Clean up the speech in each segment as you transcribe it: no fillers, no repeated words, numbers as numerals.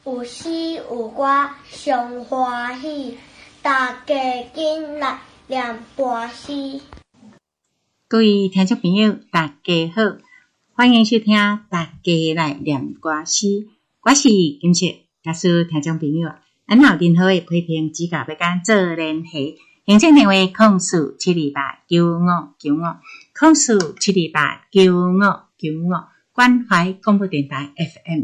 有诗有歌上欢喜，大家紧来念歌诗。 各位听众朋友，大家好，欢迎收听大家来念歌诗。我是金雪，假使听众朋友，咱有任何的批评指教，要甲做联系，行政电话0472895595，0472895595，关怀广播电台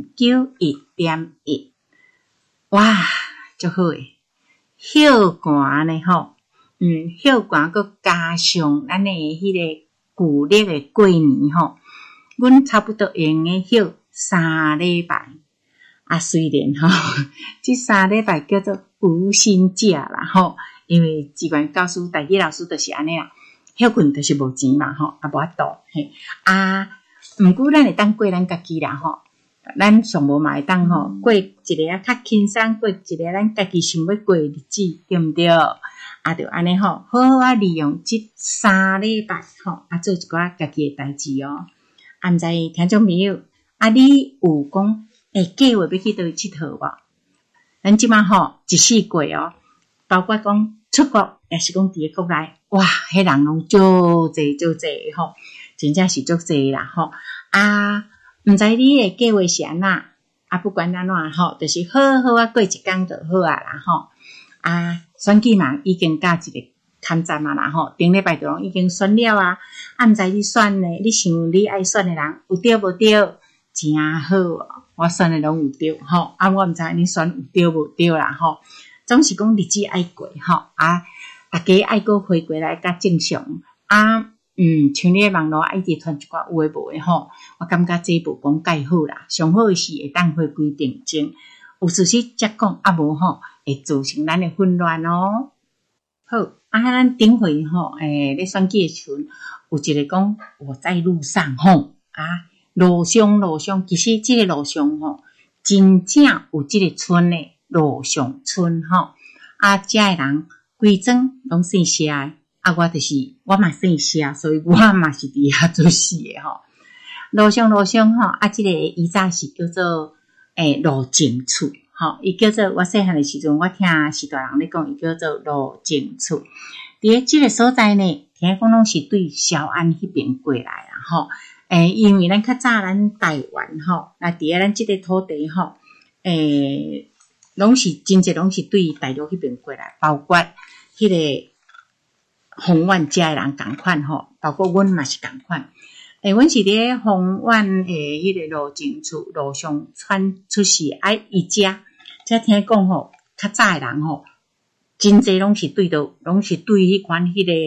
FM91.1。哇，足好诶！hiệu歌呢吼，hiệu歌佮加上咱诶迄个旧历诶过年吼，阮差不多用诶休3礼拜。虽然吼，这3礼拜叫做无薪假啦吼，因为机关教师、代课老师就是安尼啦，休困就是无钱嘛吼，无法度嘿。毋过咱会当过咱家己啦吼。咱上无嘛会当吼过一个较轻松，过一个咱家己想要过的日子，对毋对？就安尼吼，好好利用这3礼拜吼，做一寡家己的代志哦。毋知听众朋友，你有讲计划要去倒位佚佗无？咱即马吼一世过哦，包括讲出国，也是讲伫个国内，哇，迄人拢足济吼，真正是足济啦吼毋知你的计划是安怎？不管安怎吼，就是好好过一天就好啦吼。选举嘛已经到一个坎站啦吼，顶礼拜就拢已经选了毋知你选呢？你想你爱选的人有对无对？真好哦，我选的拢有对吼。我毋知你选有对无对啦吼。总是讲日子爱过吼，大家爱过回归来较正常像你的网络一直传一寡有诶无诶吼，我感觉这无讲介好啦，上好诶是会当回归平静，有事实才讲，无吼会造成咱诶混乱哦。好，咱顶回吼，咧选举诶时阵，有一个讲我在路上吼，路上，其实这个路上吼，真正有这个村诶，路上村吼，遮诶人规庄拢姓谢诶。我就是我嘛姓谢，所以我嘛是伫遐做事诶吼。路上吼，这个以前是叫做路政处吼，伊叫做我细汉诶时阵，我听是大人咧讲，伊叫做路政处。伫咧即个所在呢，听讲拢是对萧安迄边过来啦吼。因为咱较早咱台湾吼，伫咧咱即个土地吼，拢是真侪拢是对大陆迄边过来，包括迄个。宏远遮诶人共款吼，包括阮嘛是共款。阮是咧宏远诶迄个路政处路上窜出世，伊遮听讲吼，较早诶人吼，真侪拢是对迄款迄个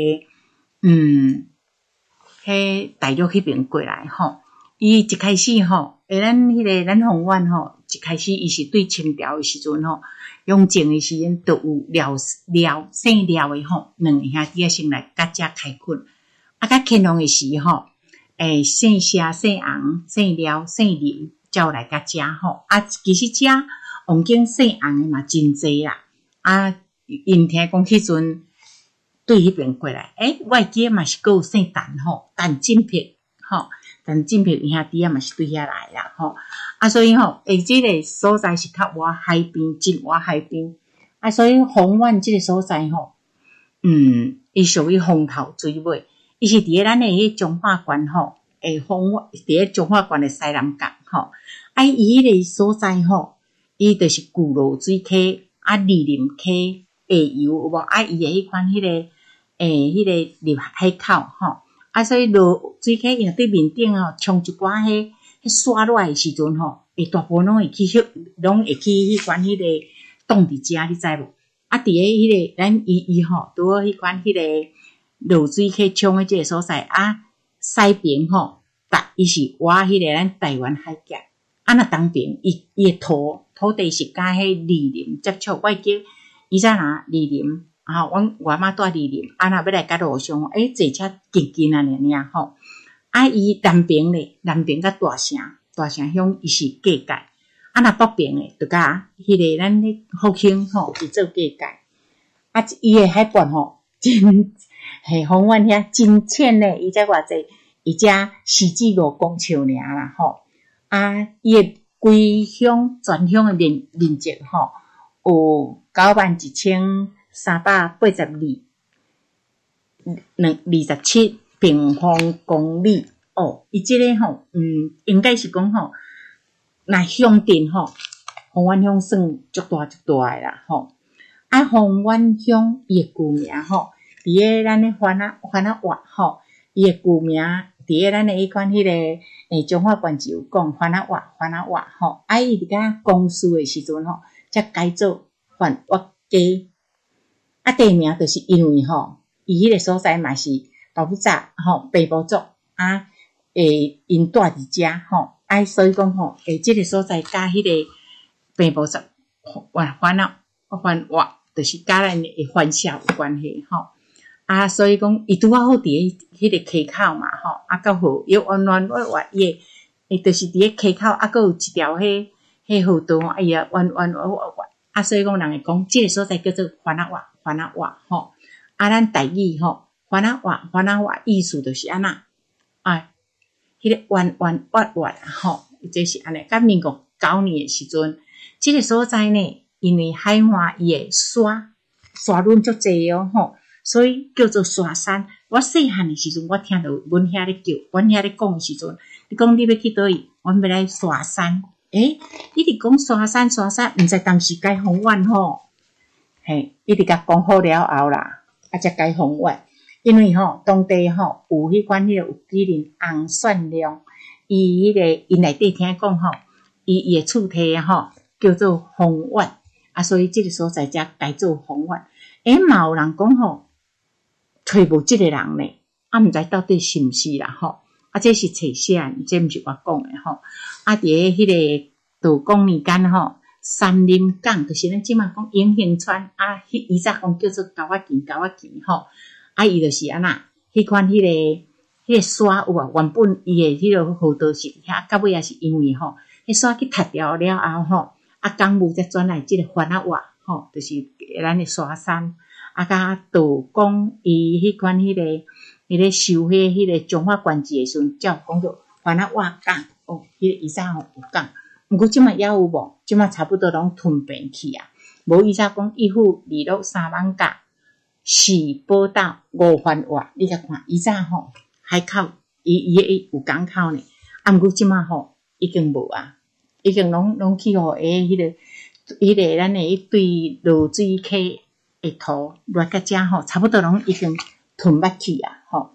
迄大陆迄边过来吼。伊一开始吼，咱宏远吼，一开始伊是对清朝诶时阵吼。雍正诶时阵，都有姓廖诶吼，两个兄弟先来甲遮开垦。甲乾隆诶时吼，姓谢、姓洪、姓廖、姓林，才有来甲遮吼。其实遮王景姓洪诶嘛真济啦。因听讲迄阵对迄边过来，我会记嘛是有姓陈吼，陈进平吼，陈进平兄弟嘛是对遐来啦吼。所以吼，这个所在是较外海边，真外海边。所以宏远这个所在吼，伊属于风头水尾，伊是伫咧咱诶迄中华县吼，宏远伫咧中华县诶西南角吼。伊迄个所在吼，伊就是旧罗水溪梨林溪下游有无？伊诶迄款迄个入海口吼。所以罗水溪因对面顶吼，冲一寡迄沙落诶时阵吼，大部分拢会去迄款迄个冻伫遮，你知无？伫咧迄个咱伊吼，拄好迄款迄个落水溪冲诶即个所在西边吼，伊是挖迄个咱台湾海峡。若东边伊诶土地是甲迄梨林接触，我会记以前梨林我阿嬷住梨林，若要来甲路上坐车近尔吼。伊南边甲大城乡伊是界界，若北边诶，就甲迄个咱咧福兴吼是做界界。伊诶海拔吼真宏远遐真浅咧，伊才偌济，伊遮4至5公尺尔啦吼。伊诶规乡全乡的面积吼，有91,382.27平方公里。伊即个吼，应该是讲吼，若乡镇吼，凤湾乡算足大诶啦吼。凤湾乡伊诶旧名吼，伫咧咱咧番仔话吼，伊诶旧名伫咧咱咧迄款迄个中华县有讲番仔话吼。伊伫甲公司诶时阵吼，才改做番仔街。地名就是因为吼，伊迄个所在嘛是爸母早吼，爸母族因住伫遮吼，所以讲吼，即个所在甲迄个爸母族番话，就是甲咱诶番社有关系吼。所以讲伊拄好伫迄个溪口嘛吼，到好又弯弯弯弯伊就是伫咧溪口，还有一条迄河道，弯弯弯弯所以讲人会讲即个所在叫做番仔话吼。咱台语吼，番仔话意思就是安那迄个弯弯弯弯吼，这是安尼。甲民国9年诶时阵，即个所在呢，因为海岸伊诶山峦足济吼，所以叫做沙山。我细汉诶时阵，我听到阮遐咧叫，阮遐咧讲诶时阵，你讲你要去倒位，阮要来沙山。你伫讲沙山，毋知当时改方案吼，伊伫甲讲好了后啦，才改方案。因为吼，当地吼有迄款迄个有几人洪算亮，伊内底听讲吼，伊诶厝体吼叫做方案，所以即个所在才改做方案。嘛有人讲吼，找无即个人呢，毋知到底是毋是啦吼。这是册写，这毋是我讲诶吼。伫咧迄个道光年间吼，三林港就是咱即马讲永兴川伊早讲叫做高仔墘吼。伊就是安那，迄款迄个山有原本伊诶迄个河道是遐，到尾也是因为吼，迄山去拆掉了后吼，港务才转来即个番仔话吼，就是咱诶沙山。甲道光伊迄款迄个收迄个中华县治诶时阵，才有讲到番仔话港迄个伊早吼有讲。毋过即马还有无？即马差不多拢吞并去啊。无伊早讲一户2落3万甲。4宝岛5番话，你甲看，伊早吼海口，伊有港口呢。毋过即马吼已经无啊，已经拢去互迄个咱诶对落水溪诶土落甲遮吼，差不多拢已经吞捌去啊吼。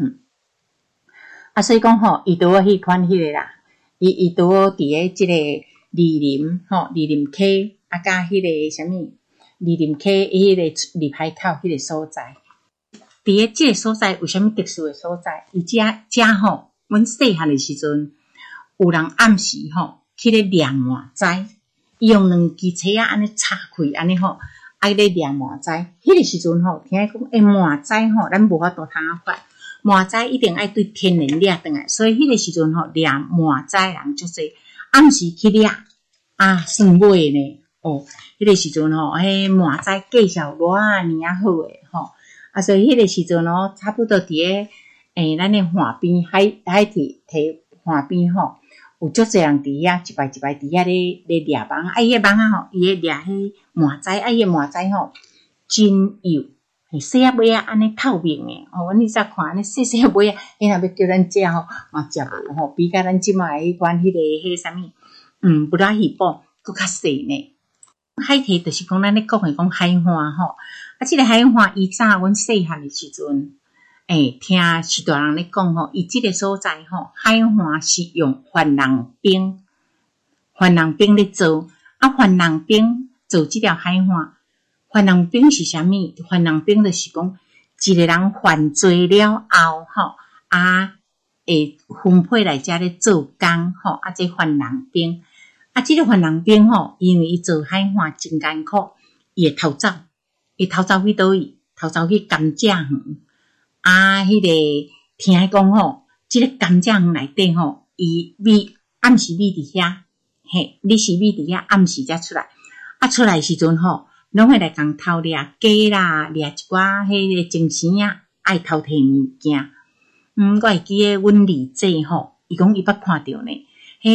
所以讲吼，伊拄好迄款迄个啦，伊拄好伫咧即个梨林溪甲迄个啥物。梨林溪迄个入海口迄个所在，伫咧即个所在有啥物特殊诶所在？伊遮吼，阮细汉诶时阵，有人暗时吼去咧掠麻糍，伊用2支车安尼插开安尼吼，咧掠麻糍。迄个时阵吼，听讲麻糍吼，咱无法度通发，麻糍一定爱对天然掠转来，所以迄个时阵吼掠麻糍人足济，暗时去掠算买呢。迄个时阵吼，麻糍价销偌尼好诶吼，所以迄个时阵咯，差不多伫咧咱诶岸边海堤岸边吼，有足济人伫遐一排伫遐咧掠网伊迄网吼，伊咧掠迄麻糍，伊麻糍吼真幼，细仔尾安尼透明诶，阮你则看安尼细尾若要叫咱食吼，嘛食无吼，比甲咱即卖迄款迄啥物，不拉鱼煲佫较细呢。海堤就是讲咱咧讲诶讲海岸吼，即个海岸伊早阮细汉诶时阵，听许多人咧讲吼，伊即个所在吼，海岸是用番人冰咧做，番人冰做即条海岸，番人冰是啥物？番人冰就是讲一个人犯罪了后吼，会分配来遮咧做工吼，这番人冰。即个番人兵吼，因为伊做海岸真艰苦，伊会逃走去倒位？逃走去甘蔗园。迄个听讲吼，即个甘蔗园内底吼，伊暗时秘伫遐，你是秘伫遐，暗时才出来。出来时阵吼，拢会来共偷掠鸡啦，掠一寡迄个精神啊，爱偷摕物件。我会记得阮二姐吼，伊讲伊捌看到呢，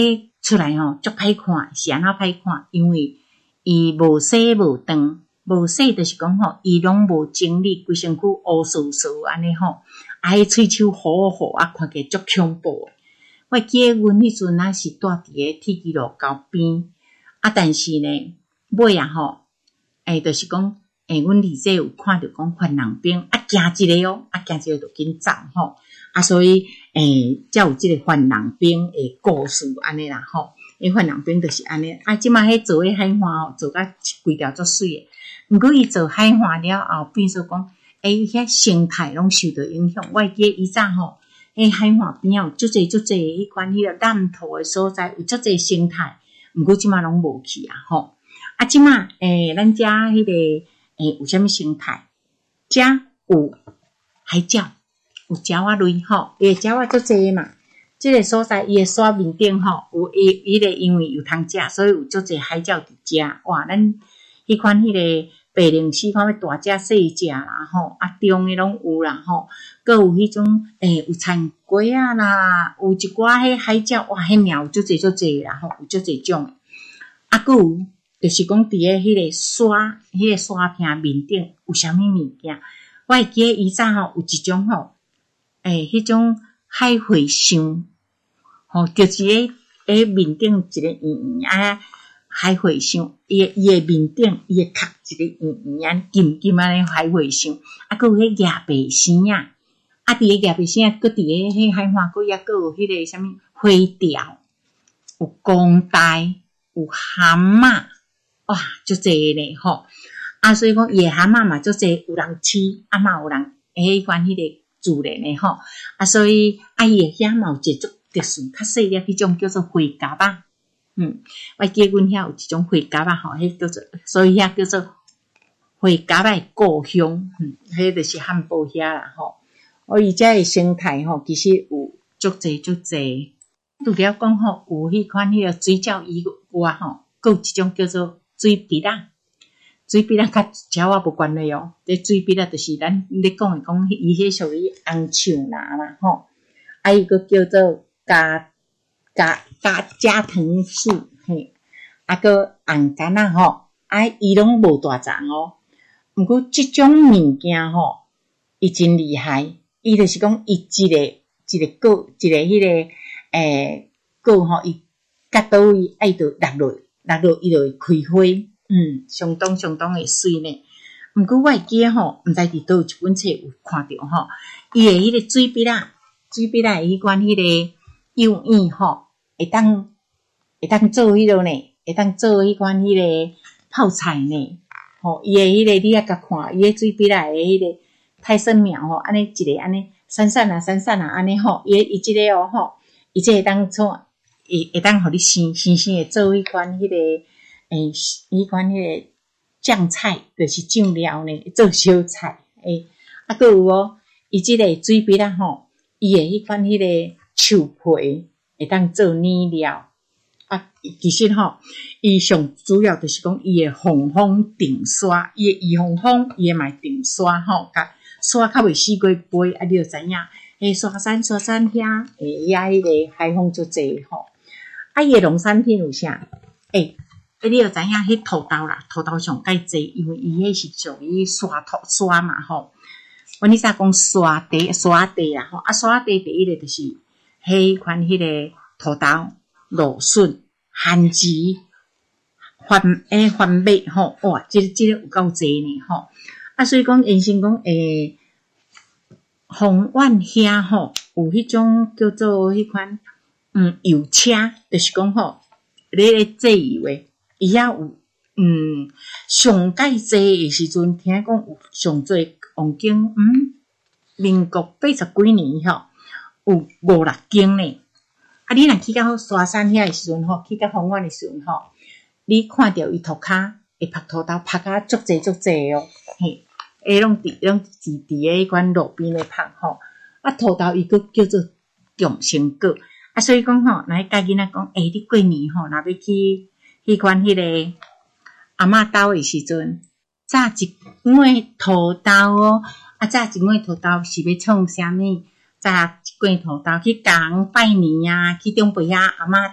出来吼足歹看，是安怎歹看？因为伊无洗无长，无洗就是讲吼，伊拢无整理，规身躯乌素素安尼吼，伊喙手糊糊啊，看起来足恐怖诶。我记得阮迄阵啊是住伫个铁枝路沟边，啊，但是呢，尾啊吼，就是讲，阮二姐有看到讲犯人兵，啊，惊一个哦，啊，惊一个就紧走吼，啊，所以才有即个犯人兵诶故事安尼啦吼。迄犯人兵就是安尼，啊，即马迄做迄海花吼，做甲规条足水诶。毋过伊做海花了后，变做讲，遐生态拢受到影响。我会记伊早吼。海岸边有足侪迄款迄个蓝土诶所在，有足侪生态，毋过即马拢无去啊吼。啊，即马咱遮迄个有啥物生态？遮有海鸟，有鸟仔类吼，伊诶鸟仔足侪嘛。即个所在伊诶山面顶吼，有伊个因为有通食，所以有足侪海鸟伫食。哇，咱迄款迄个白灵丝看要大只细只啦吼，啊中诶拢有啦吼，佮有迄种有田鸡啊啦，有一寡迄海鸟，哇，迄名有足侪啦吼，有足侪种。啊，佮有就是讲伫个迄个山坪面顶有啥物物件？我会记得以前吼有一种吼，迄种海蛔箱，吼，就是面顶一个圆圆啊。海蛔箱，伊诶面顶，伊会壳一个圆圆啊，金金安尼海蛔箱，啊，佮有迄叶白生啊，啊，伫个叶白生啊，佮伫个迄海花果，抑佮有迄个啥物花条，有公带，有蛤蟆，哇，足侪咧吼，啊，所以讲伊诶蛤蟆嘛足侪，有人饲，啊嘛有人迄款迄个自然诶吼，啊，所以伊诶遐嘛有一种特殊较细粒迄种叫做花蛤仔。我记阮遐有一种花蛤仔吼，迄叫做，所以遐叫做花蛤仔诶故乡，迄就是汉堡遐啦吼。伊遮诶生态吼，其实有足侪。除了讲吼，有迄款迄个水鸟以外吼，佫有一种叫做水笔仔。水笔仔甲鸟仔无关系哦，这水笔仔就是咱咧讲诶讲，伊迄属于红树啦吼，啊，伊佫叫做加藤树，嘿，啊个红柑仔吼，啊伊拢无大丛哦。毋过即种物件吼，伊真厉害，伊就是讲伊一个果，一个迄个果吼，伊甲倒位爱着落伊就会开花，相当会水呢。毋过我会记吼，毋知伫倒一本册有看着吼，伊诶迄个水笔仔诶迄款迄个幼燕吼。会当做迄落呢，会当做迄款迄个泡菜呢。吼，伊诶迄个你甲看，伊诶水笔仔诶迄个太生苗吼，安尼一个安尼闪闪啊安尼吼，伊即个哦吼，伊即会当做，会当互你生诶做迄款迄个迄款迄个酱菜，就是酱料呢，做小菜啊，佮有哦，伊即个水笔仔吼，伊诶迄款迄个树皮。会当做染料啊，其实吼，伊上主要就是讲伊会防风定沙，伊会预防风，伊会嘛定沙吼，甲沙较袂死过飞啊，你就知影，迄沙山遐，迄个海风足济吼，啊，伊诶农产品有啥？你就知影，迄土豆啦，土豆上介济，因为伊迄是属于沙嘛吼。阮你早讲沙地啦吼，啊沙地第一个就是。迄款迄个土豆、芦笋、番薯、番麦吼，哇，即个有够济呢吼。啊，所以讲，因先讲红苑遐吼，有迄种叫做迄款油车，就是讲吼，你咧制油诶，伊遐有上介济诶时阵，听讲有上济往经民国80几年吼。有5-6间呢，啊！你若去到沙山遐诶时阵吼，去到红苑诶时阵吼，你看到伊涂骹会拍土豆，拍啊足济哦，嘿，拢伫迄款路边咧拍吼，啊土豆伊佫叫做重成果，啊，所以讲吼，若甲囡仔讲，你过年吼，若要去迄款迄个阿嬷兜诶时阵，炸一碗土豆哦，啊，炸一碗土豆是要创啥物？炸一罐土豆去甲人拜年啊，去长辈阿嬷兜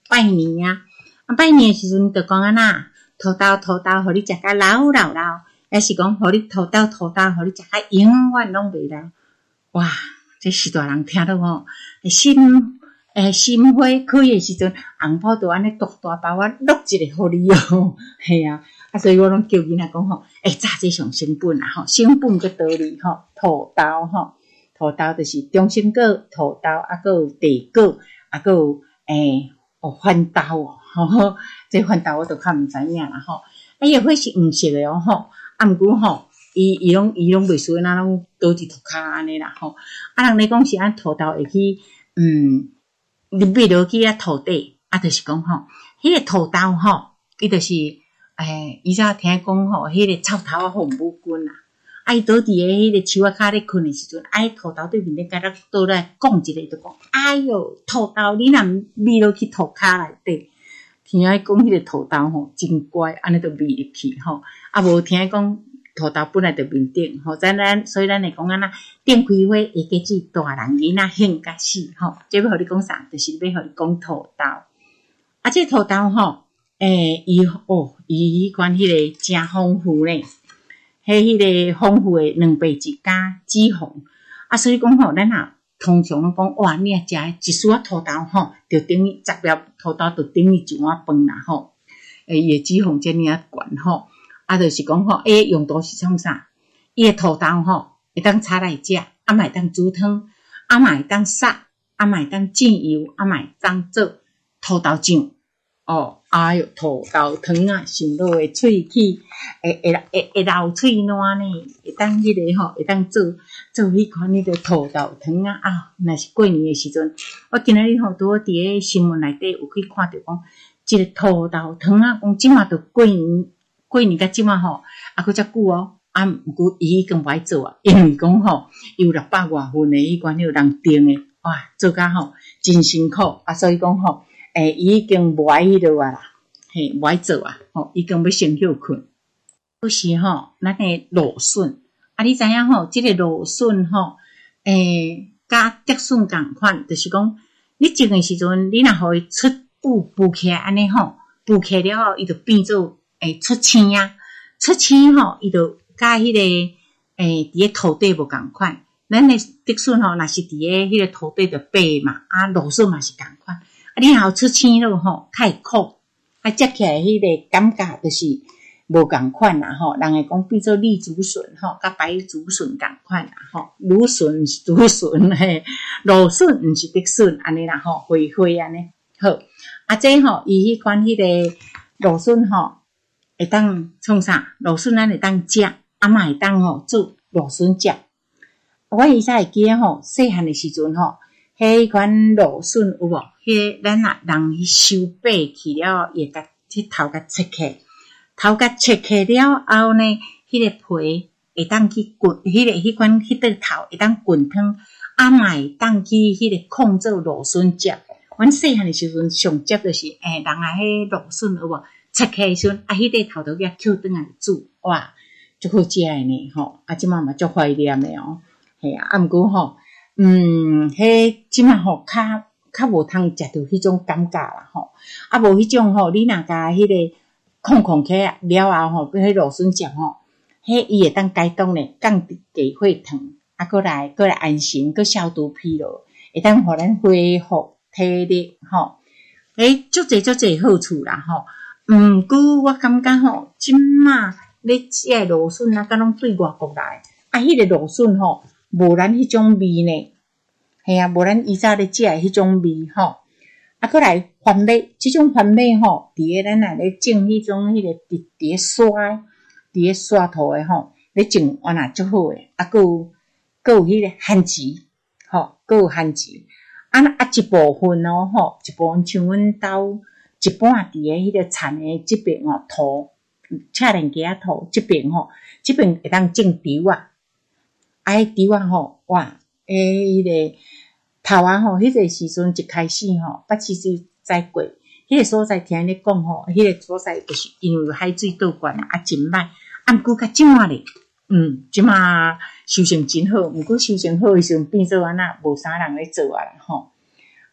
拜年啊，拜年诶时阵就讲安那土豆，互你食甲老，还是讲互你土豆，互你食甲永远拢袂老。哇，这是大人听到吼，心花开诶时阵，红包就安尼大包啊，落一个互你哦，嘿啊，所以我拢叫囡仔讲吼，早这上成本啊吼，成本个道理吼，土豆吼，土豆就是中心果、土豆啊，还有地果，啊，还有番豆哦，吼，这番豆我都较毋知影啦吼，伊个花是黄色诶哦吼，毋过吼，伊拢袂输那拢倒一涂骹安尼啦吼，人咧讲是按土豆会去你买落去土地，就是讲吼，迄个土豆吼，伊就是以前听讲吼，迄个草头父母军啦，伊倒伫迄个树仔骹咧困诶时阵，土豆对面咧甲咱倒来讲一个，就讲，哎哟，土豆你若买落去土骹内底，听讲迄个土豆吼真乖，安尼就买入去吼，无听讲。土豆本来就面顶，吼，所以咱会讲安那顶开花会加水，大人囡仔兴甲死，吼，这要互你讲啥？就是要互你讲土豆。这土豆吼，伊迄款迄个真丰富咧，迄个丰富诶两倍质加脂肪，所以讲吼，咱通常拢讲哇，你食一束土豆吼，就等于10粒土豆就等于一碗饭啦吼，伊诶脂肪遮尔悬吼。就是讲吼，用途是创啥？伊个土豆吼，会当炒来食，嘛会当煮汤，嘛会当杀，嘛会当浸油，嘛会当做土豆酱。哎哟，土豆汤啊，想落会喙齿，会流喙烂呢，会当迄个吼，会当做迄款迄个土豆汤啊。若是过年诶时阵，我今仔日吼拄好伫个新闻内底有去看到讲，一个土豆汤啊，讲即马就过年甲即马吼，佫遮久哦，毋过伊已经无爱做啊，因为讲吼，有600外份诶，迄款迄人订诶，哇，做甲吼真辛苦所以讲吼，伊已经无爱迄落啊啦，无爱做啊，已经要先休困。有时吼，咱诶芦笋，你知影吼，即个芦笋吼，甲竹笋共款，就是讲，你种诶时阵，你若互伊出布起来安尼吼，布起了后，伊就变做。出青啊，出青吼，伊就甲迄个伫个土地无共款。咱诶竹笋吼，若是伫个迄个土地就白嘛，芦笋嘛是共款。你若出青咯吼，较会苦，食起来迄个感觉就是无共款啦吼。人会讲变做绿竹笋吼，甲白竹笋共款啦吼。芦笋是竹笋嘿，芦笋毋是竹笋安尼啦吼，花花安尼。好，这吼伊迄款迄个芦笋吼。会当创啥？芦笋咱会当食，嘛会当吼做芦笋汁。我以前会记吼，细汉诶时阵吼，迄款芦笋有无？迄咱人去收拔去了，会甲迄头甲切开，切开了后呢，迄个皮会当去滚，迄款迄块头会当滚汤，嘛会当去迄个控做芦笋汁。阮细汉诶时阵上汁就是人迄芦笋有无？切开时阵，迄块头都甲捡转来煮，哇，足好食诶呢吼！即马嘛足怀念诶哦，嘿啊，毋过吼，迄即马吼较无通食到迄种感觉啦吼，无迄种吼，你若甲迄个控起来了后吼，迄芦笋汁吼，迄伊会当解冻咧，降低低血糖，过来安神，消除疲劳，会当互咱恢复体力吼，足侪好处啦吼。毋过我感觉吼，即马咧食芦笋甲拢对外国来，迄个芦笋吼，无咱迄种味呢，系无咱以前咧食诶迄种味吼。过来番麦，即种番麦吼，伫个咱咧种迄种迄个伫个沙土诶吼，咧种哇那足好诶，佫有迄个番薯，佫有番薯，一部分吼，一部分像阮兜。一半伫个迄个田诶即边土，赤连鸡土即边会当种稻啊，迄稻吼，哇，迄个头吼，迄个时阵一开始吼，捌试栽过，迄个所在听咧讲吼，迄个所在就是因为海水倒灌真歹，毋过较即马咧，即马收成真好，毋过收成好诶时阵变做安那无啥人咧做啦吼。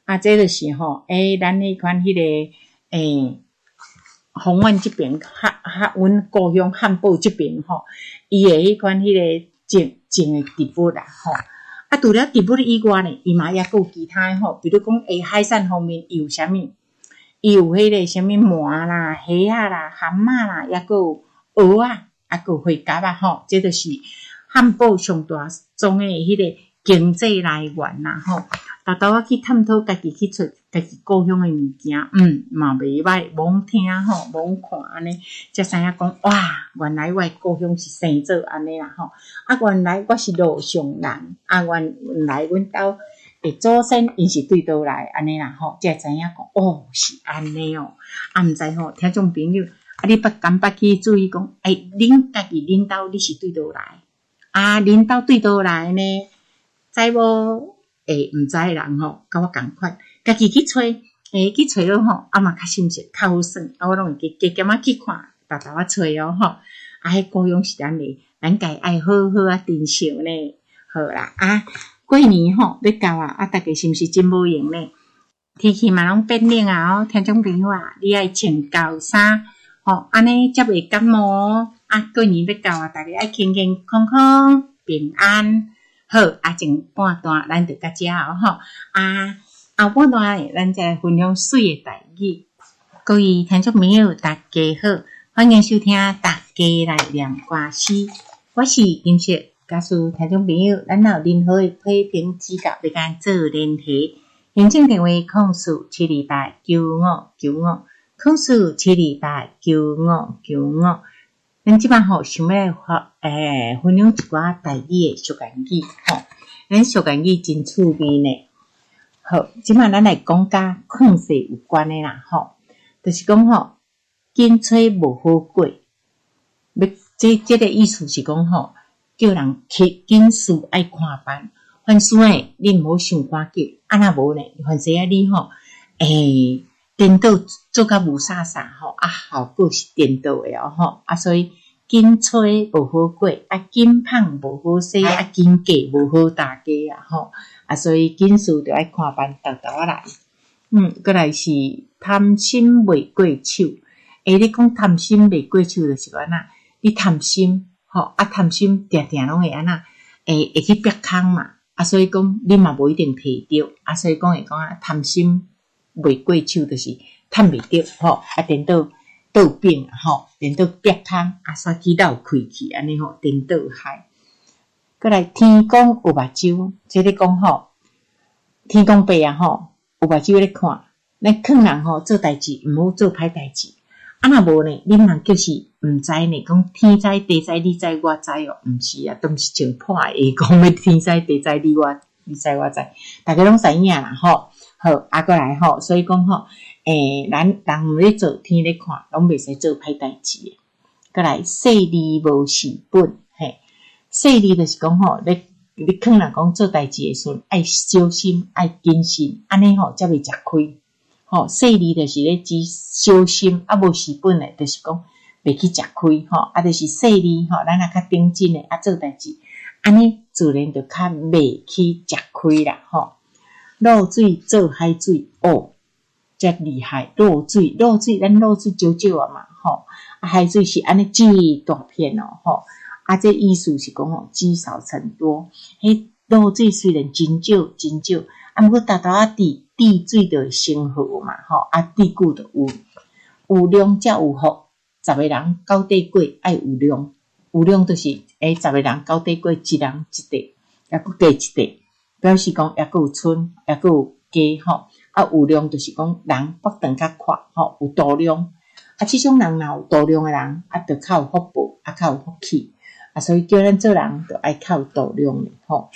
这就是咱迄款迄个宏远这边阮故乡汉堡这边伊的迄款迄个种的植物啦除了植物以外呢，伊嘛也有其他比如讲海产方面伊有啥物？伊有迄个啥物鳗啦、虾啊啦、蛤蟆啦，也有蚵啊，也有花甲啊这就是汉堡上大宗的迄个经济来源啦豆豆去探讨家己去找家己故乡的物件，嘛袂歹，罔听罔看安尼，才知影讲哇，原来我的故乡是生做安尼啦原来我是路上人原来阮兜的祖先因是对倒来安尼啦才知影讲是安尼毋知听众朋友你敢捌去注意讲恁家己恁兜你是对倒来恁兜对倒来呢？知无？毋知的人甲我共款，家己去找，去找咯嘛较心实，较好算。我拢会加减去看，豆豆找迄故乡是咱的，咱家爱好好珍惜呢。好啦，过年要到大家是毋是真无闲呢？天气嘛拢变冷听众朋友你爱穿厚衫安尼才袂感冒过年要到大家爱健健康康、平安。好前半段咱就到这后半段呢，咱再来分享水的代语。各位听众朋友，大家好，欢迎收听大家来念歌诗。我是金雪假使听众朋友，咱有任何的批评指教，要甲做联系，行政电话0472959595 0472959595。咱即摆想要分享一寡台语的俗谚语咱俗谚语真趣味呢。好，即摆咱来讲甲劝世有关的啦就是讲紧吹无好过，这个意思是讲叫人紧事爱看办，凡事呢你毋好想赶紧，若无呢，凡事你颠倒做甲无啥效果是颠倒的所以紧吹无好过，紧捧无好势，紧嫁无好大家所以紧事就爱看办，豆豆来。过来是贪心未过手，你讲贪心未过手就是安那，你贪心贪心定定拢会安那，会去逼空嘛，所以讲你嘛无一定摕到，所以讲会讲贪心未过手就是趁袂到颠倒倒饼颠倒逼空煞起到开去安尼颠倒害。过来天公有目睭，即咧讲天公伯有目睭咧看，咱劝人做代志毋好做歹代志。若无呢，你人就是毋知呢，讲天知地知你知我知毋是都毋是真破的讲要天知地知你知我知，大家拢知影啦好过来所以讲咱人咧做天咧看，拢袂使做歹代志的。过来细利无事本，细利就是讲你劝人讲做代志的时阵爱小心爱谨慎，安尼才袂吃亏。细利就是咧指小心无事本的，就是讲袂去吃亏就是细利咱若较顶真的做代志，安尼自然就较袂去吃亏啦漏水做海水遮厉害，漏水咱漏水少少嘛海水是安尼一大片这意思是讲积少成多，迄漏水虽然真少不过豆豆滴水就会生河嘛滴久就有量才有福，10个人交底过爱有量就是10个人交底过，一人一地，也佫加一地，表示讲也佫有剩，也佫有加有量就是讲人腹肠较宽有度量这种人若有度量的人就较有福报，较有福气所以叫咱做人就爱较有度量的若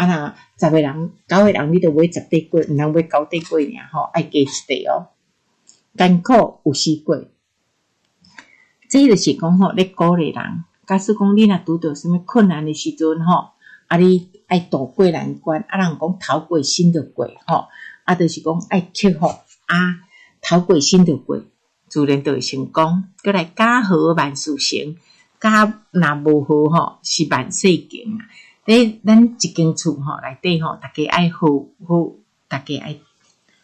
10个人9个人你就买10块过，毋通买9块尔爱加一块艰苦有时过，这就是讲咧鼓励人。假使讲你若拄到什么困难的时阵你爱渡过难关人讲头过身就过就是讲爱克服头过身就过，自然就会成功。过来家和万事成，家若无好是万事穷咱一间厝内底大家爱好，大家爱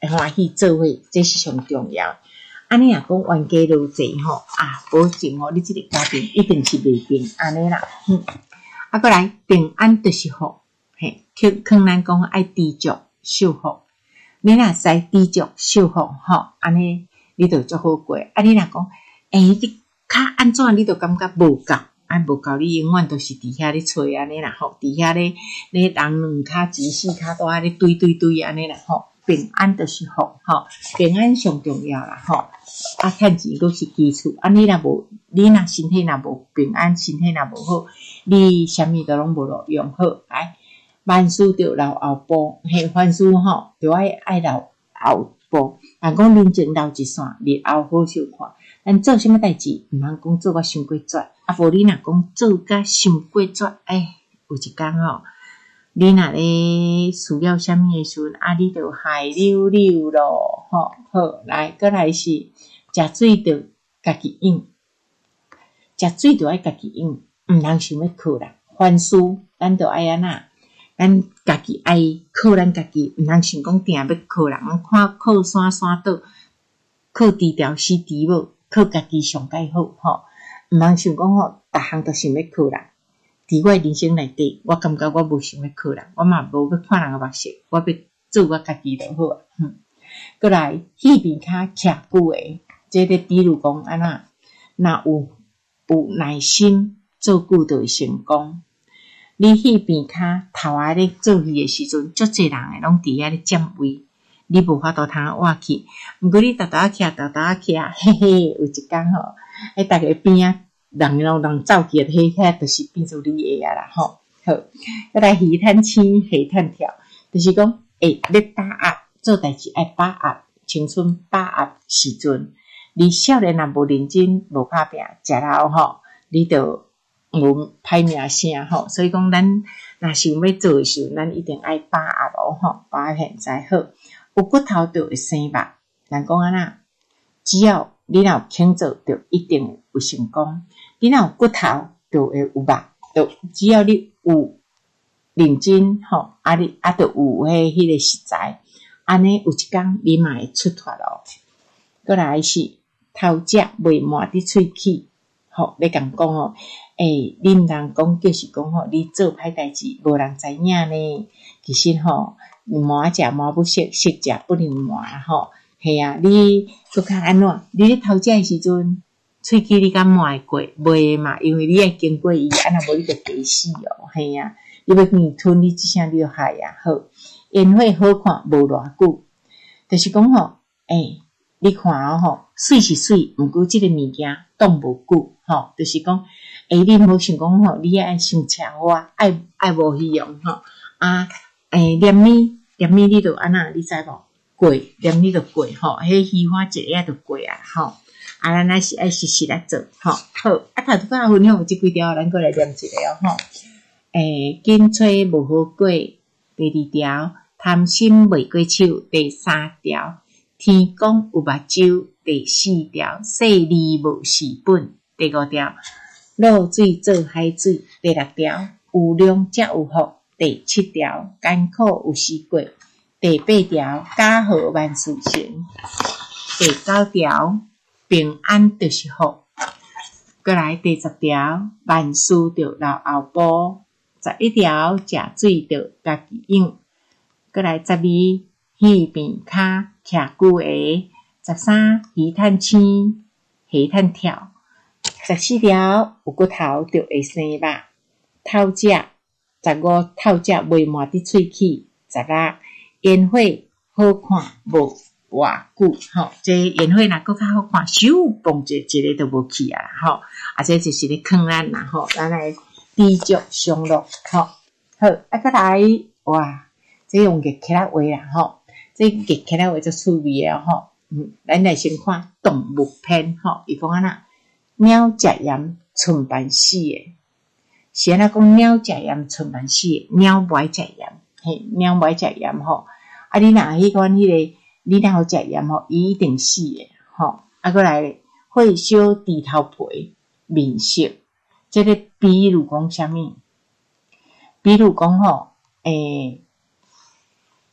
会欢喜做伙，这是上重要。安尼若讲冤家路济吼，保证吼你这个家庭一定是袂平安尼啦。过来平安就是福，劝咱讲爱知足守福。你若使知足守福吼，安尼你就足好过。你若讲你较安怎，你就感觉无够。无够，你永远都是伫遐咧找安尼啦吼，伫遐咧人两骹钱四骹大咧堆安尼啦吼。平安就是福吼，平安上重要啦吼。趁钱佫是基础。你若无，你若身体若无平安，身体若无好，你啥物都拢无路用好。来，万事着留后步，凡事吼着爱留后步。人讲人前留一线，日后好相看。咱做啥物代志，毋通讲做甲伤过绝。无你若讲做甲伤过绝，有一天吼，你若咧需要啥物诶时阵，你就害溜溜咯吼。好，来，过来是食水着家己用，食水着爱家己用，毋通想要靠人。凡事咱着爱安那，咱家己爱靠咱家己，毋通想讲定要靠人，看靠山倒，靠低调死低无。靠家己上介好吼，毋通想讲吼，逐项都想要靠人。伫我人生内底，我感觉我无想要靠人，我嘛无要看人诶目色，我要做我家己就好啊。过来，戏边骹徛久诶，这个比如讲安那，若有耐心，做久就会成功。你戏边骹头仔咧做戏诶时阵，足侪人诶拢伫遐咧占位。你无法度通活去，毋过你呾呾嘿嘿，有一天吼，逐个边啊，人走去，迄就是变做你诶啦吼。好，再来鱼趁青，虾趁跳，就是讲咧把握做代志爱把握，青春把握时阵，你少年若无认真，无拍拼，食老吼，你就无歹名声吼。所以讲，咱若想要做诶时阵，咱一定爱把握咯吼，把握现在好。有骨头就会生肉，人讲安那，只要你若有肯做，就一定有成功。你若有骨头，就会有肉，就只要你有认真吼，你就有迄个实在，安尼有一天你嘛会出脱咯。过来是头食未满伫喙齿，吼，你共讲吼，你毋通讲就是讲吼，你做歹代志，无人知影呢。其实吼。满食满不熟，熟食不能满吼。系啊，你搁较安怎？你咧偷食诶时阵，喙齿你敢满会过？袂嘛，因为你爱经过伊，安若无你就饿死哦。系啊，你要硬吞，你即声你就害啊。好，烟火好看无偌久，就是讲吼，你看吼，水是水，毋过即个物件挡无久吼，就是讲，你无想讲吼，你爱伤车祸，爱无虚荣吼念米你就安那，你知无？过念米就过吼，迄虚华一下就过啊吼。咱还是爱实时来做吼。好，头拄仔分享有即几条，咱过来念一个吼。紧吹无好过，第二条，贪心未过手，第三条，天公有目睭，第四条，细利无是本，第五条，落水做海水，第六条，有量才有福。第七条，艰苦有时过；第八条，家和万事成；第九条，平安就是福。过来第10条，万事着留后步；11条，食水着家己养。过来12，鱼边骹徛久下；13，鱼趁青，虾趁跳；14条，有骨头着会生肉；偷食。15透食未满伫喙齿；16烟火好看无偌久吼，这烟火若搁较好看，咻蹦一个都无去啊吼，这就是咧坑咱啦吼，咱来知足常乐吼。好，再来哇，这用热起来话啦吼，这热起来话就趣味啊吼。咱来先看动物篇吼，伊讲安那猫食盐寸半死诶。是安那讲猫食盐寸半死，猫不爱食盐，猫不爱食盐吼。你若迄款迄个，你若好食盐吼，伊一定死诶吼。过来火烧猪头皮，面色，这个比如讲啥物？比如讲吼，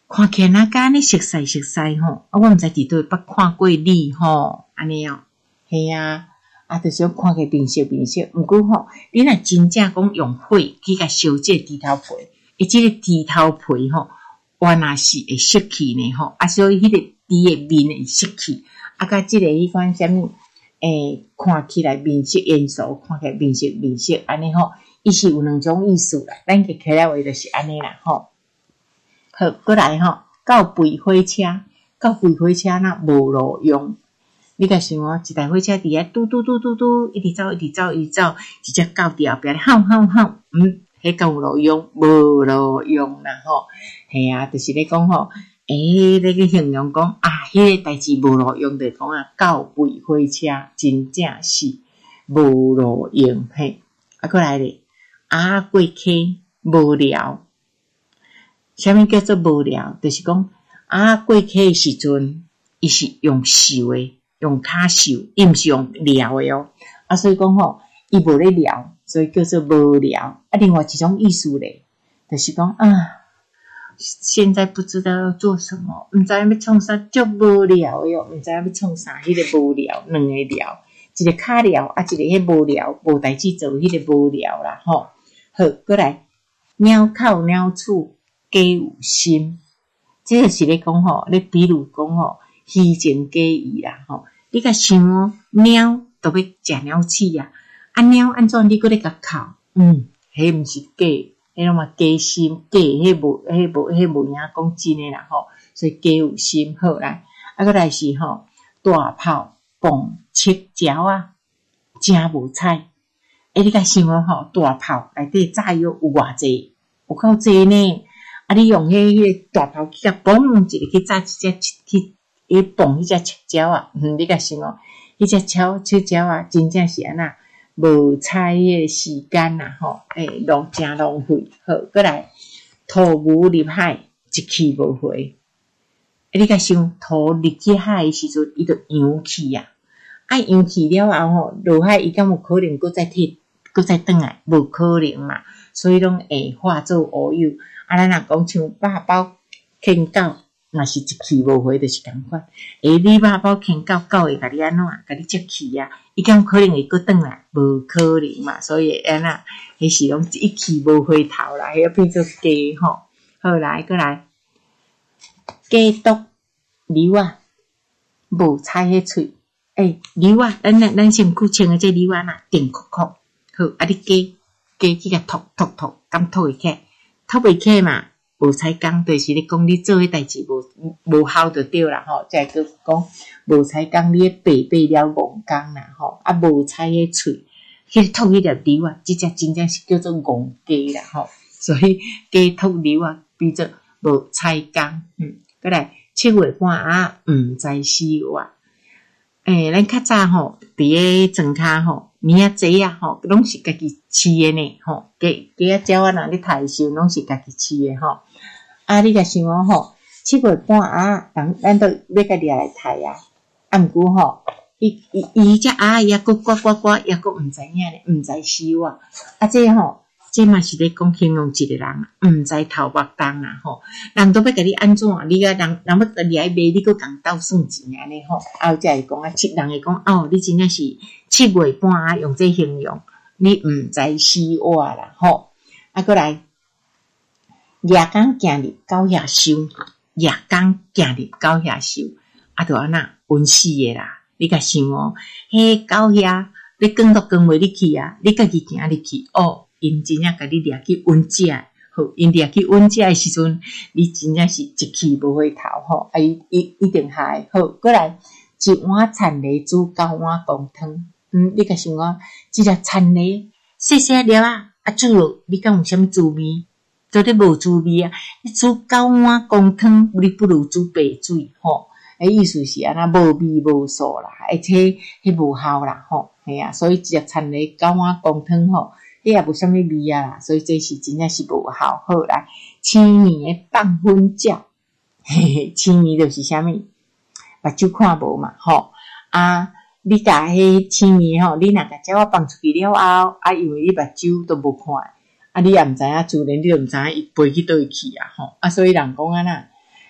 看起来甲你熟悉吼，啊，我毋知伫倒捌看过你吼，安尼哦，嘿啊，就是看起面色，毋过吼，你若真正讲用火去甲烧这猪头皮，即个猪头皮吼，原来是会失去呢吼，所以迄个猪的面会失去，甲即个迄款啥物，看起来面色严肃，看起来面色安尼吼，伊是有两种意思啦，咱个起来话就是安尼啦吼。好，过来吼，到肥火车若无路用，你甲想哦，一台火车伫遐嘟嘟嘟嘟嘟，一直走，一只狗伫后壁咧吼，迄敢有路用？无路用啦吼，嘿啊，就是咧讲吼，咧去形容讲迄个代志无路用，就讲到肥火车真正是无路用嘿。过来咧，过溪无聊。啥物叫做无聊？就是讲过溪的时阵，伊是用受的，用骹受，伊毋是用撩的哦。所以讲吼，伊无咧撩，所以叫做无聊。另外一种意思咧，就是讲现在不知道要做什么，毋知要创啥，足无聊的哦，毋知要创啥，迄个无聊，两个聊，一个骹聊，一个迄无聊，无代志做，迄个无聊啦吼。好，过来，鸟口鸟喙。假有心，这就是咧讲吼，咧比如讲吼，虚情假意啦吼。你甲想哦，猫都要食鸟鼠啊，鸟安怎你搁咧甲哭？迄毋是假，迄拢嘛假心，假迄无影讲真诶啦吼。所以假有心好来，过来是吼，大炮蹦七条啊，真无彩。你甲想哦吼，大炮内底炸药有偌济？有够济呢？你用迄个大炮去甲嘣一个去炸一只去蹦迄只七鸟啊，你甲想哦，迄只七鸟啊，真正是安那无彩诶时间啦吼，真浪费。好，过来吐牛入海，一去无回。你甲想吐入去海诶时阵，伊就扬去啊，扬去了后吼，落海伊敢有可能搁再转来？无可能嘛，所以拢会化作乌有。咱若讲像肉包牵狗，若是一去无回，就是共款。你肉包牵狗，狗会甲你安怎？甲你接去啊？伊敢可能会搁转来？无可能嘛，所以安那，迄是拢一去无回头啦，迄变做假吼。好来，过来，假毒牛啊，无彩迄喙。牛啊，咱身躯穿诶这牛啊呐，定酷酷。好，你假去甲吐，敢吐会起？吐袂起嘛，无彩工，就是咧讲你做迄代志无效就对啦吼。再个讲无彩工，你白了戇工啦吼，无彩迄喙，迄吐迄粒牛啊，即只真正是叫做戇鸡啦吼。所以鸡吐牛啊，变做无彩工。过来7月半毋知死活。咱较早吼，伫个庄骹吼，米仔济啊吼，拢是家己饲诶呢吼。鸡仔鸟啊，若咧杀诶时阵，拢是家己饲诶吼。你甲想哦吼，7月半咱都要甲掠来杀啊。毋过吼，伊只伊还佫呱，也佫毋知影咧，毋知死活。这吼。这嘛是咧讲形容一个人毋知头目重啊吼，人都要甲你安怎？你人要甲你来卖，你佫共斗算钱安尼吼。才会讲人会讲你真正是7月半用这形容，你毋知死活啦吼。过来，夜间行入狗遐收，夜间行入狗遐收，就安那温死诶啦。你甲想哦，迄狗遐你讲都讲袂入去啊，你家己行入去因真正甲你掠去温食，好，因掠去温食诶时阵，你真正是一去无回头吼，伊一定害。好，过来一碗田螺煮9碗公汤，你甲想哦，即个田螺细细粒煮落，你敢有啥物滋味？绝对无滋味啊！你煮9碗公汤，你不如煮白水吼。意思是安那无味无素啦，而且迄无效啦吼，系啊，所以一只田螺9碗公汤吼。迄也无啥物味啊啦，所以这是真正是无效。好来，青年诶放粉鸟，青年就是啥物？目睭看无嘛吼。你甲迄青年吼，你若甲鸟仔放出去了后，因为你目睭都无看，你也毋知影自然，你就毋知影伊飞去倒去啊吼。所以人讲安那，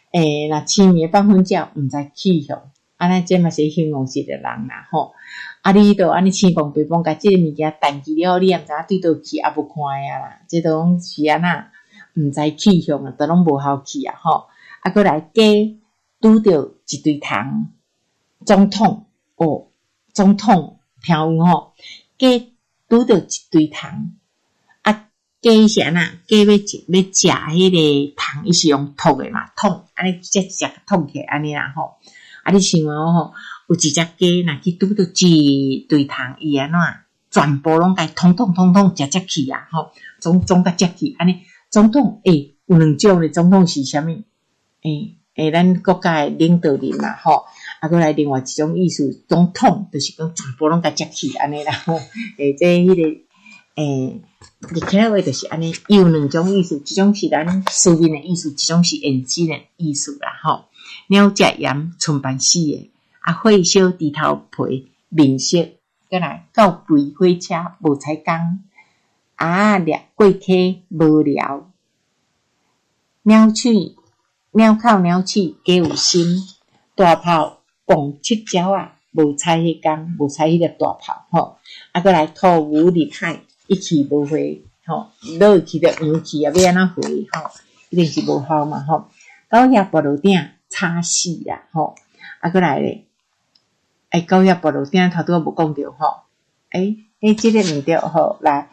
若青面放粉鸟毋知去向，安尼这嘛是形容一个人啦吼。你著安尼青蹦白蹦，甲即个物件弹去了，你也毋知对倒去，也无看啊啦。这都拢是安那毋知去向啊，都拢无效去啊吼。过来鸡拄着一堆虫，总统总统听有吼，鸡拄着一堆虫，鸡是安那？鸡要食迄个虫，伊是用吐的嘛，吐安尼只吐起来安尼啦吼。你想吼，有一只鸡若去拄着一堆虫，伊安怎全部拢甲统食去啊吼，总甲食去安尼。总统有两种咧，总统是啥物？咱国家的领导人嘛吼，过来另外一种意思，总统就是讲全部拢甲食去安尼啦吼。这迄个日起来话就是安尼，有两种意思，一种是咱书面的意思，一种是现实的意思啦吼。鸟食盐，寸半死的，火烧猪头皮，面色，过来到肥火车无彩工，掠过溪无聊，鸟口鸟喙皆有心，大炮蹦七鸟啊，无采迄工，无采迄个大炮吼。过来吐牛入海，一去无回吼，落去着黄去啊，要安怎回吼？一定是无效嘛吼。狗仔跋落顶，吵死啦吼。过来咧，狗仔跋落顶，头拄仔无讲着吼。即个毋对吼，来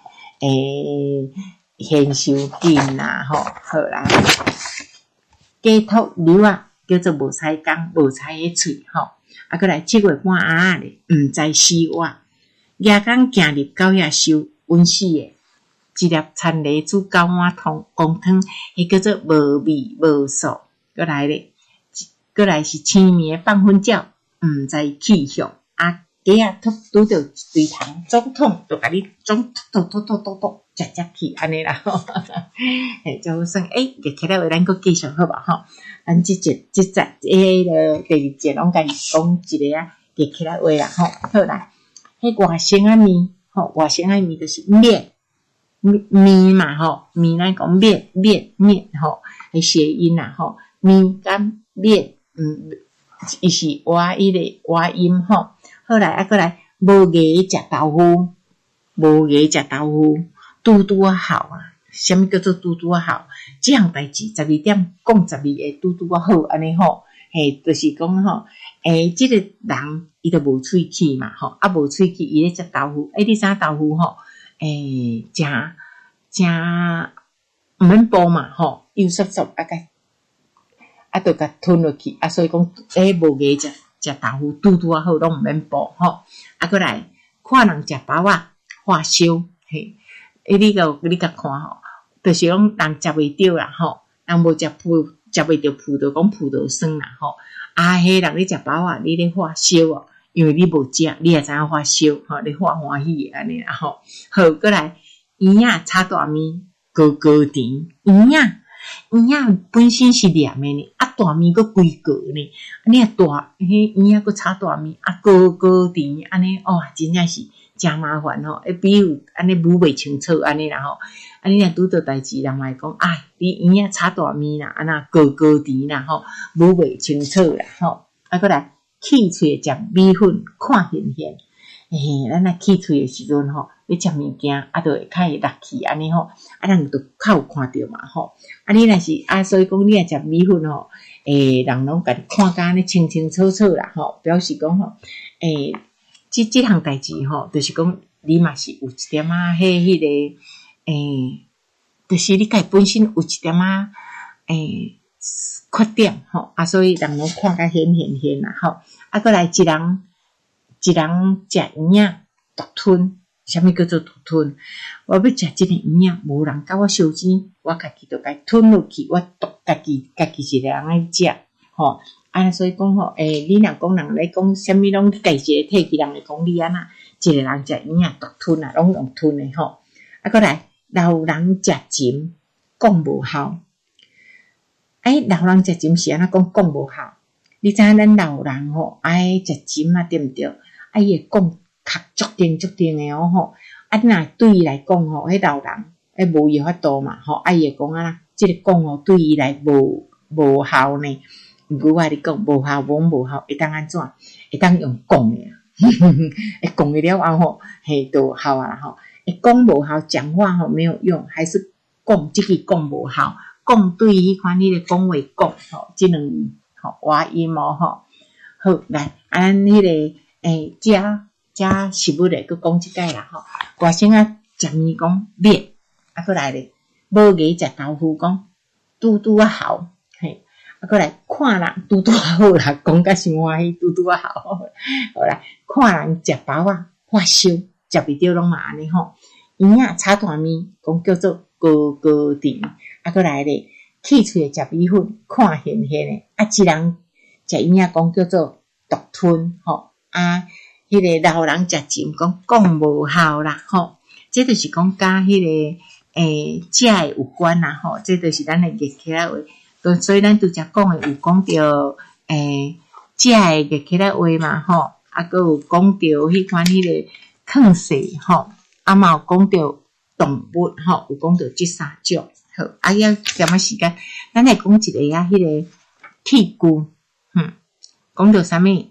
现收紧啦吼，好啦。鸡兔牛啊，叫做无采工，无采个喙吼。过来7月半咧，毋知死活。夜间行入狗仔收，温死诶。一粒田螺煮狗碗公汤，迄叫做无味无素。过来是青面放粉鸟，毋知去向。鸡仔拄着一堆虫，总统就甲你总吐食去安尼啦吼。就好算日起来话，咱佫继续好吧吼。咱即集第二节拢甲伊讲一个日起来话啦吼。好啦，迄外省面吼，外省面就是面嘛吼，面咱讲面吼，系谐音啦吼，面跟面伊是外音吼。好来过来，无牙食豆腐，拄啊好啊。什么叫做拄啊好？这项代志12点讲12个拄啊好安尼吼。就是讲吼，这个人伊都无喙齿嘛吼，无喙齿伊咧食豆腐，你知豆腐吼，真毋免剥嘛吼，油缩缩就甲吞落去所以讲无牙食豆腐拄啊好，拢毋免剥吼。过来看人食包啊，化烧你甲看吼，就是讲人食袂着啦吼，人无食袂着葡萄，讲葡萄酸啦吼。迄人咧食包啊，你咧化烧因为你无食，你也知影化烧吼，你化欢喜安尼啦吼。好，过来圆仔炒大面，高甜圆仔本身是黏的呢，大面佫规个呢，你圆仔佫炒大面，高甜安尼真正是真麻烦吼。比如安尼母袂清楚安尼啦吼，你若拄到代志，人会讲你圆仔炒大面啦，安那高甜啦吼，母袂清楚啦吼。过来起喙食米粉，看现现。咱若起喙的时阵吼，要食物件就会较会落去安尼吼，人就较有看着嘛吼。你若是所以讲你若食米粉吼，人拢甲你看甲安尼清清楚楚啦吼，表示讲吼，即项代志吼，就是讲你嘛是有一点迄个就是你家本身有一点缺点吼，所以人拢看甲显啦吼。过来一人食圆仔独吞，什么叫做独吞？我要食这个圆仔，无人甲我收钱，我家己就甲吞落去，我独家己一个人来食吼。所以讲吼，你若讲人咧讲什么拢家己一个体，人来讲你安那一个人食圆仔独吞啊，拢用吞的吼。过来老人食钱讲无效，老人食钱是安怎讲无效？你知影咱老人吼爱食钱啊，对毋对？伊会讲足定的吼。你若对伊来讲吼，迄老人无伊法度嘛吼。伊会讲即个讲吼对伊来无无效呢？如我你讲无效，罔无效，会当安怎？会当用讲的会讲的了后吼，嘿，就效啊吼。会讲无效，讲话吼没有用，还是讲即个讲无效。讲对迄款迄个讲话讲吼，即两吼话音哦吼。好，来按迄个遮食物咧，佮讲一解啦吼。外省啊，食面讲面，过来咧，无牙食豆腐讲拄拄啊好，嘿，过来看人拄拄啊好啦，讲甲伤欢喜，拄拄啊好，好啦，看人食饱啊，发烧，食袂着拢嘛安尼吼。圆仔炒大面，讲叫做高高甜，过来咧，起喙食米粉，看咸咸诶，一人食圆仔讲叫做独吞吼，迄个老人食浸讲无效啦吼，这就是讲甲迄个食诶有关啦吼，这就是咱诶热起来话，所以咱拄则讲诶有讲着食诶热起来话嘛吼，佮有讲着迄款迄个抗生吼，嘛有讲着动物吼，有讲着即三种好，要点仔时间，咱来讲一个迄个铁句，讲着啥物？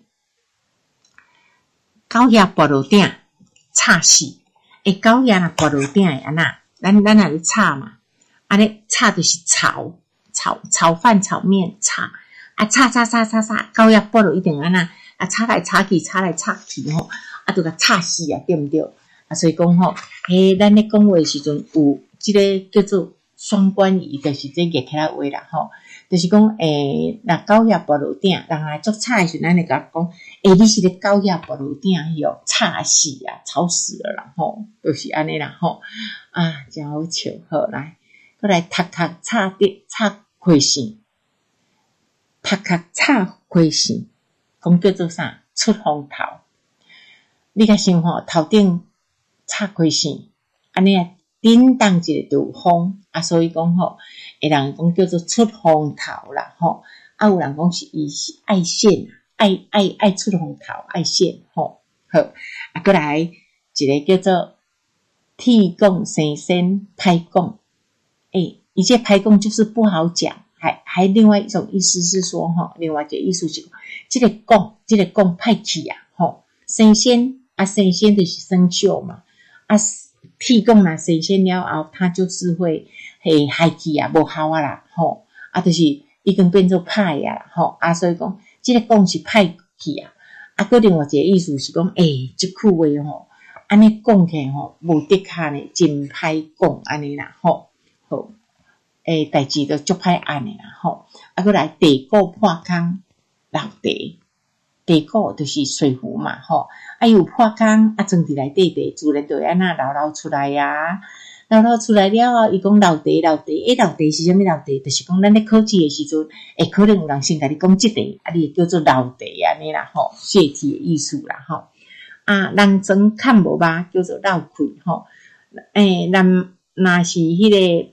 狗仔跋落顶，吵死！狗仔若跋落顶会安那？咱若咧炒嘛，安尼炒就是炒饭、炒面炒，炒，狗仔跋落一定安那？炒来炒去吼，就甲炒死啊，对毋对？所以讲吼，咱咧讲话时阵有即个叫做双关语，就是这个起来话啦吼。就是讲，若狗仔跋落顶，人来做菜诶时，咱会甲讲，你是咧狗仔跋落顶迄哦，吵死啊，吵死了啦吼，就是安尼啦吼，真好笑。好来，过来读吵亏线，读吵亏线，讲叫做啥？出风头。你甲想吼，头顶吵亏线，安尼叮当一个就有风，所以讲吼，会人讲叫做出风头啦吼，有人讲是伊是爱现，爱出风头，爱现吼。好，过来一个叫做铁讲生鲜歹讲，一切歹讲就是不好讲，还另外一种意思是说吼，另外一个意思是这个讲歹去啊吼，生鲜就是生锈嘛铁讲若生鲜了后，它就是会害去啊，无效啊啦吼，就是已经变做歹啊啦吼，所以讲这个讲是歹去啊，个另外一个意思是讲，这句话吼，安尼讲起吼，无的确呢，真歹讲安尼啦吼，好，代志都足歹安尼啦吼，过来地沟破空流地沟就是水壶嘛吼，有破空装伫内底自然就会安那流出来啊，流出来了后，伊讲流地，流地是啥物流地？就是讲咱咧考试诶时阵，可能有人先甲你讲即地，你叫做流地安尼啦吼，泄题诶意思啦吼。人装看无吧，叫做漏开吼。若是迄个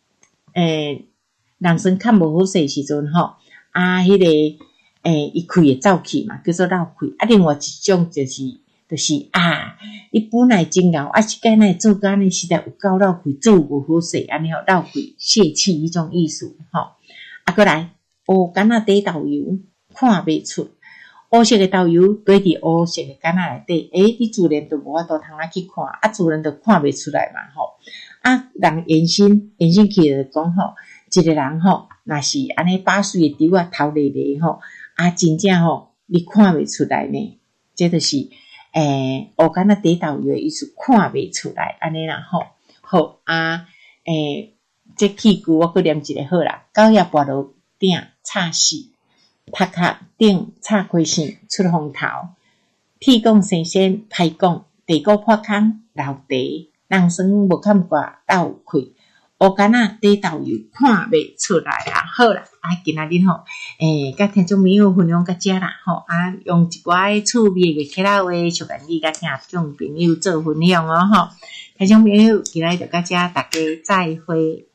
人装看无好势时阵吼，迄个伊开会走去嘛，叫做漏开。另外一种就是你本来真熬，即摆若做甲安尼，实在有够漏开，做无好势，安尼吼漏开泄气迄种意思吼。过来乌干仔底豆油看袂出，乌色诶豆油堆伫乌色诶干仔内底，你自然就无法度通去看，自然就看袂出来嘛吼。人延伸起就讲吼，一个人吼，若是安尼把水诶丢头咧咧吼。真正吼，你看袂出来呢，这就是乌干仔底豆油的意思，看袂出来安尼啦吼。好这句句我搁念一个好啦，狗仔跋落顶吵死，头壳顶吵开线出风头，铁讲生鲜歹讲，地沟破空流地，人生无看挂漏开。乌干仔底豆油看袂出来啊！好啦，今仔日吼，甲听众朋友分享到遮啦吼，用一寡趣味的起来话，小建议甲听众朋友做分享哦吼。听众朋友，今仔日就到遮，大家再会。